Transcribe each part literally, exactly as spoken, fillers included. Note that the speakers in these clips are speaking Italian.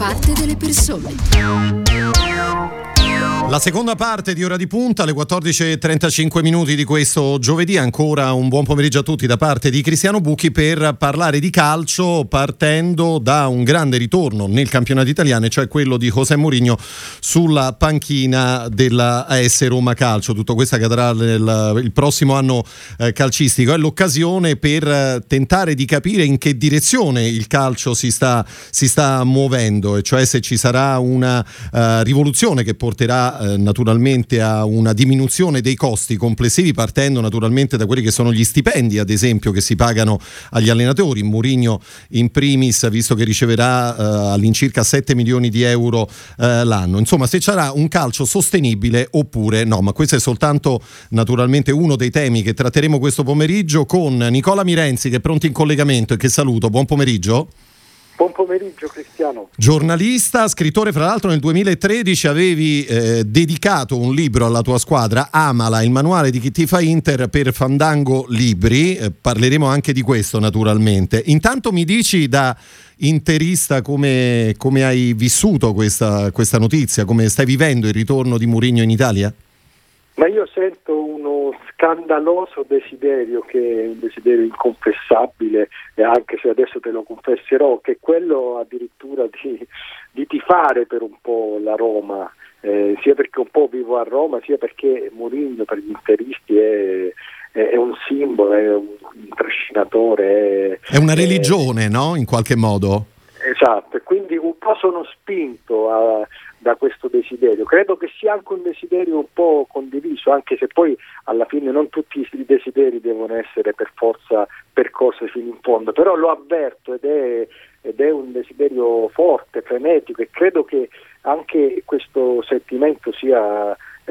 parte delle persone. La seconda parte di Ora di Punta, alle quattordici e trentacinque minuti di questo giovedì. Ancora un buon pomeriggio a tutti da parte di Cristiano Bucchi per parlare di calcio, partendo da un grande ritorno nel campionato italiano, cioè quello di José Mourinho sulla panchina della A S Roma Calcio. Tutto questo accadrà nel, il prossimo anno eh, calcistico. È l'occasione per eh, tentare di capire in che direzione il calcio si sta, si sta muovendo, e cioè se ci sarà una eh, rivoluzione che porterà naturalmente a una diminuzione dei costi complessivi, partendo naturalmente da quelli che sono gli stipendi, ad esempio, che si pagano agli allenatori. Mourinho in primis, visto che riceverà uh, all'incirca sette milioni di euro uh, l'anno. Insomma, se sarà un calcio sostenibile oppure no, ma questo è soltanto naturalmente uno dei temi che tratteremo questo pomeriggio con Nicola Mirenzi, che è pronto in collegamento e che saluto. Buon pomeriggio. Buon pomeriggio Cristiano. Giornalista, scrittore, fra l'altro nel duemilatredici avevi eh, dedicato un libro alla tua squadra, Amala, il manuale di chi tifa Inter, per Fandango Libri. Eh, parleremo anche di questo naturalmente. Intanto mi dici da interista come, come hai vissuto questa, questa notizia, come stai vivendo il ritorno di Mourinho in Italia? Ma io sento uno scandaloso desiderio, che è un desiderio inconfessabile, e anche se adesso te lo confesserò, che è quello addirittura di, di tifare per un po' la Roma, eh, sia perché un po' vivo a Roma, sia perché Mourinho per gli interisti è, è, è un simbolo, è un, un trascinatore. È, è una religione, è, no? In qualche modo. Esatto, e quindi un po' sono spinto a, da questo desiderio. Credo che sia anche un desiderio un po' condiviso, anche se poi alla fine non tutti i desideri devono essere per forza percorsi fino in fondo, però lo avverto ed è, ed è un desiderio forte, frenetico, e credo che anche questo sentimento sia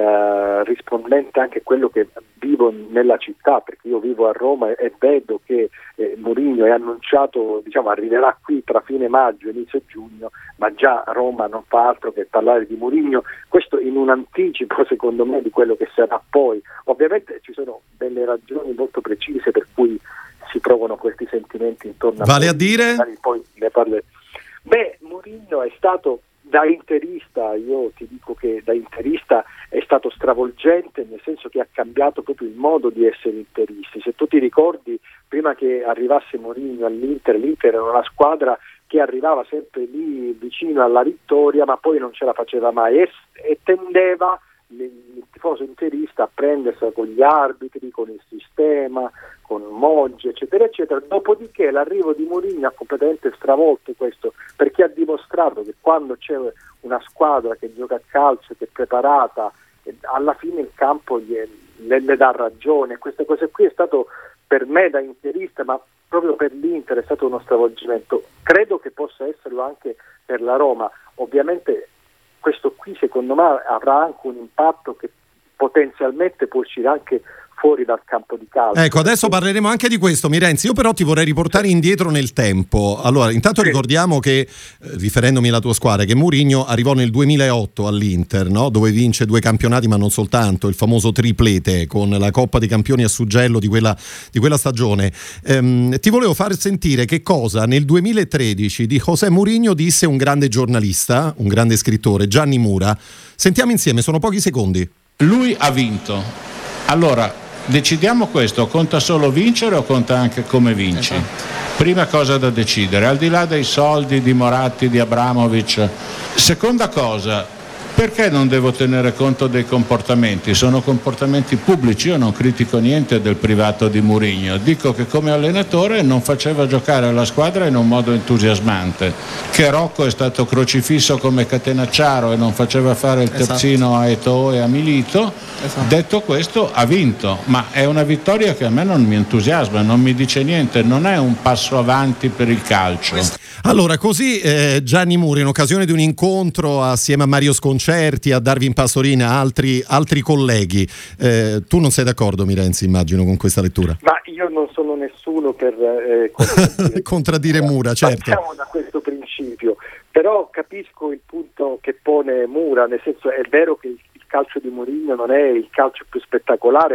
eh, rispondente anche a quello che vivo nella città, perché io vivo a Roma e, e vedo che eh, Mourinho è annunciato, diciamo, arriverà qui tra fine maggio e inizio giugno, ma già Roma non fa altro che parlare di Mourinho, questo in un anticipo secondo me di quello che sarà poi. Ovviamente ci sono delle ragioni molto precise per cui si provano questi sentimenti intorno a Vale a dire? Poi ne parle. Beh, Mourinho è stato, da interista, io ti dico che da interista è stato stravolgente, nel senso che ha cambiato proprio il modo di essere interisti. Se tu ti ricordi, prima che arrivasse Mourinho all'Inter, l'Inter era una squadra che arrivava sempre lì vicino alla vittoria, ma poi non ce la faceva mai, e, e tendeva il tifoso interista a prendersela con gli arbitri, con il sistema, con Moggi, eccetera eccetera. Dopodiché l'arrivo di Mourinho ha completamente stravolto questo, perché ha dimostrato che quando c'è una squadra che gioca a calcio, che è preparata, alla fine il campo gli, le, le dà ragione. Queste cose qui è stato per me da interista, ma proprio per l'Inter è stato uno stravolgimento. Credo che possa esserlo anche per la Roma. Ovviamente questo qui secondo me avrà anche un impatto che potenzialmente può uscire anche fuori dal campo di calcio. Ecco, adesso parleremo anche di questo, Mirenzi. Io però ti vorrei riportare indietro nel tempo. Allora, intanto sì. ricordiamo che, eh, riferendomi alla tua squadra, che Mourinho arrivò nel duemilaotto all'Inter, no? Dove vince due campionati, ma non soltanto, il famoso triplete con la Coppa dei Campioni a suggello di quella, di quella stagione. Ehm, ti volevo far sentire che cosa nel duemilatredici di José Mourinho disse un grande giornalista, un grande scrittore, Gianni Mura. Sentiamo insieme, sono pochi secondi. Lui ha vinto. Allora, decidiamo questo, conta solo vincere o conta anche come vinci? Esatto. Prima cosa da decidere, al di là dei soldi di Moratti, di Abramovic. Seconda cosa, perché non devo tenere conto dei comportamenti? Sono comportamenti pubblici, io non critico niente del privato di Mourinho, dico che come allenatore non faceva giocare la squadra in un modo entusiasmante, che Rocco è stato crocifisso come Catenacciaro e non faceva fare il terzino esatto. a Eto'o e a Milito. Esatto. Detto questo, ha vinto, ma è una vittoria che a me non mi entusiasma, non mi dice niente, non è un passo avanti per il calcio. Allora, così eh, Gianni Mura, in occasione di un incontro assieme a Mario Sconcerti, a Darwin Pastorina, altri, altri colleghi, eh, tu non sei d'accordo, Mirenzi, immagino, con questa lettura? Ma io non sono nessuno per eh, contraddire, contraddire Mura, certo. Partiamo da questo principio, però capisco il punto che pone Mura, nel senso è vero che il calcio di Mourinho non è il calcio più spettacolare,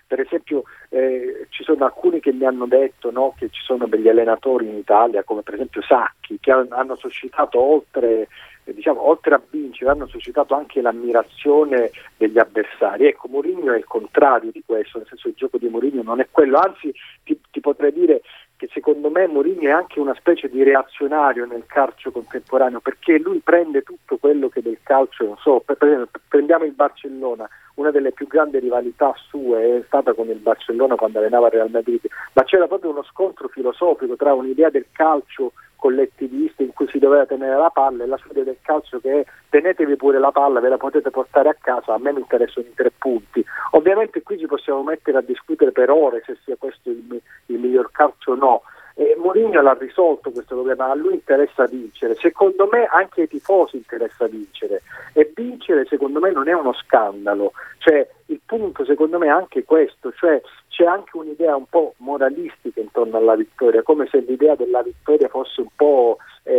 Per esempio eh, ci sono alcuni che mi hanno detto, no, che ci sono degli allenatori in Italia, come per esempio Sacchi, che hanno suscitato oltre, eh, diciamo, oltre a vincere, hanno suscitato anche l'ammirazione degli avversari. Ecco, Mourinho è il contrario di questo, nel senso il gioco di Mourinho non è quello, anzi ti, ti potrei dire che secondo me Mourinho è anche una specie di reazionario nel calcio contemporaneo, perché lui prende tutto quello che del calcio, non so, per, per, prendiamo il Barcellona, una delle più grandi rivalità sue è stata con il Barcellona quando allenava il Real Madrid, ma c'era proprio uno scontro filosofico tra un'idea del calcio collettivista in cui si doveva tenere la palla e la sua idea del calcio che è tenetevi pure la palla, ve la potete portare a casa, a me mi interessano i tre punti. Ovviamente qui ci possiamo mettere a discutere per ore se sia questo il, il miglior calcio o no. E Mourinho l'ha risolto questo problema, a lui interessa vincere, secondo me anche ai tifosi interessa vincere, e vincere secondo me non è uno scandalo, cioè il punto secondo me è anche questo, cioè c'è anche un'idea un po' moralistica intorno alla vittoria, come se l'idea della vittoria fosse un po'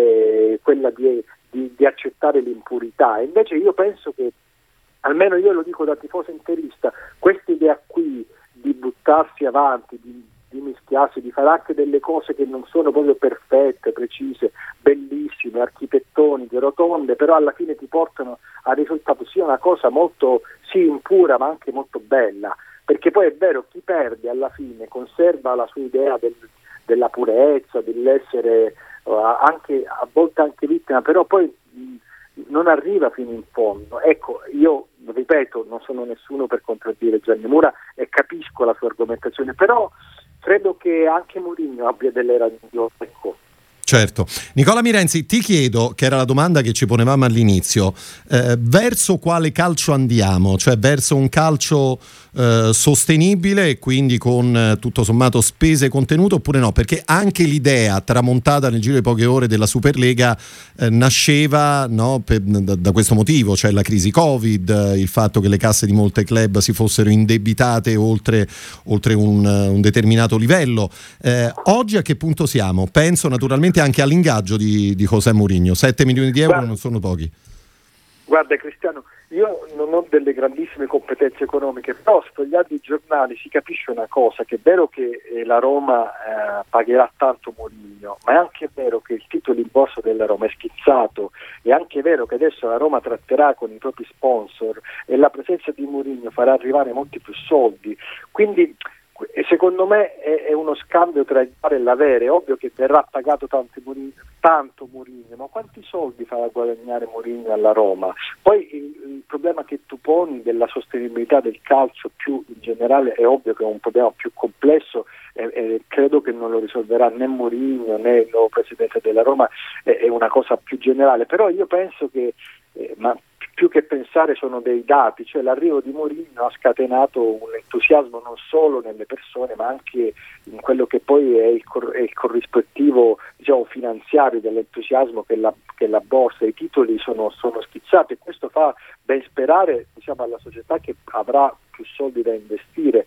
eh, quella di, di, di accettare l'impurità, invece io penso che, almeno io lo dico da tifoso interista, questa idea qui di buttarsi avanti, di di mischiarsi, di fare anche delle cose che non sono proprio perfette, precise, bellissime, architettoniche, rotonde, però alla fine ti portano al risultato sia una cosa molto, sì, impura, ma anche molto bella, perché poi è vero, chi perde alla fine conserva la sua idea del, della purezza, dell'essere uh, anche a volte anche vittima, però poi mh, non arriva fino in fondo. Ecco, io ripeto, non sono nessuno per contraddire Gianni Mura e capisco la sua argomentazione, però credo che anche Mourinho abbia delle ragioni. Ecco. Certo. Nicola Mirenzi, ti chiedo, che era la domanda che ci ponevamo all'inizio, eh, verso quale calcio andiamo? Cioè verso un calcio eh, sostenibile e quindi con eh, tutto sommato spese contenute, oppure no? Perché anche l'idea tramontata nel giro di poche ore della Superlega eh, nasceva, no, per, da, da questo motivo, cioè la crisi Covid, il fatto che le casse di molte club si fossero indebitate oltre, oltre un, un determinato livello. Eh, oggi a che punto siamo? Penso naturalmente anche all'ingaggio di, di José Mourinho, sette milioni di euro guarda, non sono pochi. Guarda Cristiano, io non ho delle grandissime competenze economiche, però sfogliando i giornali si capisce una cosa, che è vero che eh, la Roma eh, pagherà tanto Mourinho, ma è anche vero che il titolo in borsa della Roma è schizzato, è anche vero che adesso la Roma tratterà con i propri sponsor e la presenza di Mourinho farà arrivare molti più soldi, quindi e secondo me è, è uno scambio tra il dare e l'avere. È ovvio che verrà pagato tanto Mourinho, tanto Mourinho, ma quanti soldi farà guadagnare Mourinho alla Roma? Poi il, il problema che tu poni della sostenibilità del calcio più in generale è ovvio che è un problema più complesso e, e credo che non lo risolverà né Mourinho né il nuovo presidente della Roma, è, è una cosa più generale, però io penso che eh, ma più che pensare sono dei dati, cioè l'arrivo di Mourinho ha scatenato un entusiasmo non solo nelle persone ma anche in quello che poi è il, cor- è il corrispettivo, diciamo, finanziario dell'entusiasmo che la, che la borsa, i titoli sono, sono schizzati, e questo fa ben sperare, diciamo, alla società che avrà più soldi da investire.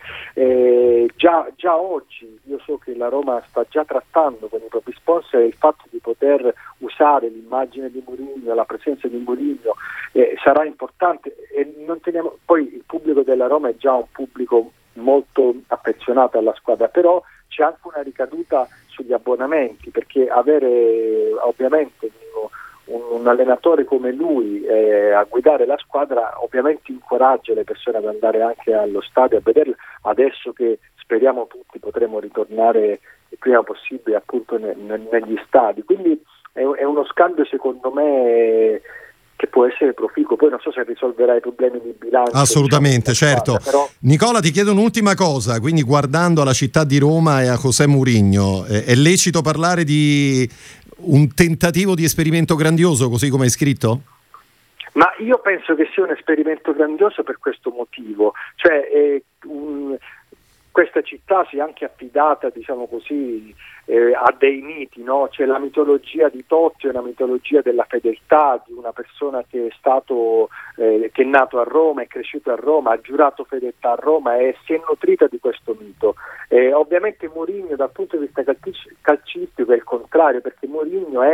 Eh, già, già oggi io so che la Roma sta già trattando con i propri sponsor il fatto di poter usare l'immagine di Mourinho, la presenza di Mourinho eh, sarà importante, e non teniamo, poi il pubblico della Roma è già un pubblico molto affezionato alla squadra, però c'è anche una ricaduta sugli abbonamenti, perché avere ovviamente un, un allenatore come lui eh, a guidare la squadra ovviamente incoraggia le persone ad andare anche allo stadio a vederla, adesso che speriamo tutti potremo ritornare il prima possibile appunto ne, ne, negli stadi, quindi è, è uno scambio secondo me che può essere proficuo. Poi non so se risolverà i problemi di bilancio. Assolutamente, diciamo, certo. Squadra, però... Nicola, ti chiedo un'ultima cosa, quindi guardando alla città di Roma e a José Mourinho, eh, è lecito parlare di un tentativo di esperimento grandioso, così come hai scritto? Ma io penso che sia un esperimento grandioso per questo motivo, cioè eh, un... questa città si è anche affidata, diciamo così, eh, a dei miti, no? C'è la mitologia di Totti, è una mitologia della fedeltà di una persona che è stato eh, che è nato a Roma, è cresciuto a Roma, ha giurato fedeltà a Roma e si è nutrita di questo mito. Eh, ovviamente Mourinho dal punto di vista calcistico è il contrario, perché Mourinho è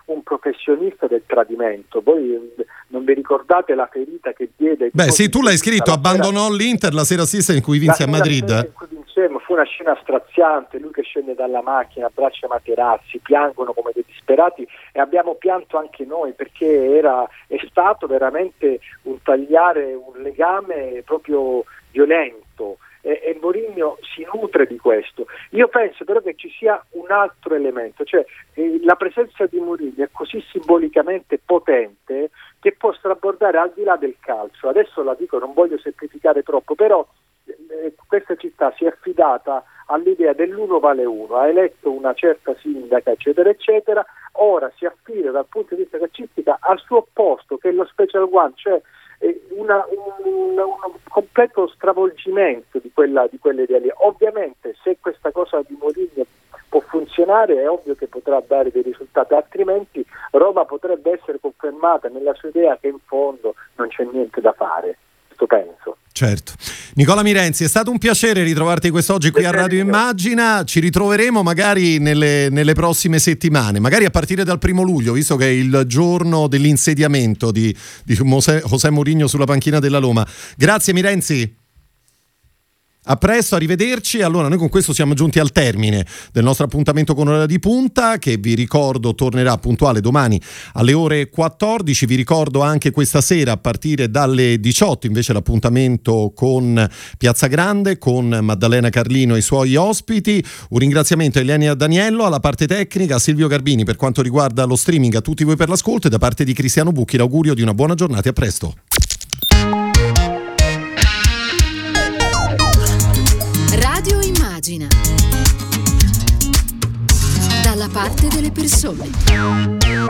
un professionista del tradimento. Voi non vi ricordate la ferita che diede? Beh sì, tu l'hai scritto, abbandonò sera, l'Inter la sera stessa in cui vinse a Madrid. In cui vincemmo, fu una scena straziante, lui che scende dalla macchina, abbraccia Materazzi, piangono come dei disperati, e abbiamo pianto anche noi, perché era è stato veramente un tagliare un legame proprio violento. E, e Mourinho si nutre di questo. Io penso però che ci sia un altro elemento, cioè eh, la presenza di Mourinho è così simbolicamente potente che può strabordare al di là del calcio. Adesso la dico, non voglio semplificare troppo, però eh, questa città si è affidata all'idea dell'uno vale uno, ha eletto una certa sindaca eccetera eccetera, ora si affida dal punto di vista calcistica al suo opposto, che è lo special one, cioè Una, un, un completo stravolgimento di quella di quelle idee lì. Ovviamente se questa cosa di Mourinho può funzionare è ovvio che potrà dare dei risultati, altrimenti Roma potrebbe essere confermata nella sua idea che in fondo non c'è niente da fare. Questo penso. Certo. Nicola Mirenzi, è stato un piacere ritrovarti quest'oggi qui a Radio Immagina. Ci ritroveremo magari nelle, nelle prossime settimane, magari a partire dal primo luglio, visto che è il giorno dell'insediamento di, di José, José Mourinho sulla panchina della Roma. Grazie Mirenzi. A presto, arrivederci. Allora, noi con questo siamo giunti al termine del nostro appuntamento con Ora di Punta, che vi ricordo tornerà puntuale domani alle ore quattordici. Vi ricordo anche questa sera a partire dalle diciotto invece l'appuntamento con Piazza Grande, con Maddalena Carlino e i suoi ospiti. Un ringraziamento a Elenia Daniello alla parte tecnica, a Silvio Garbini per quanto riguarda lo streaming, a tutti voi per l'ascolto, e da parte di Cristiano Bucchi l'augurio di una buona giornata e a presto. Radio Immagina, dalla parte delle persone.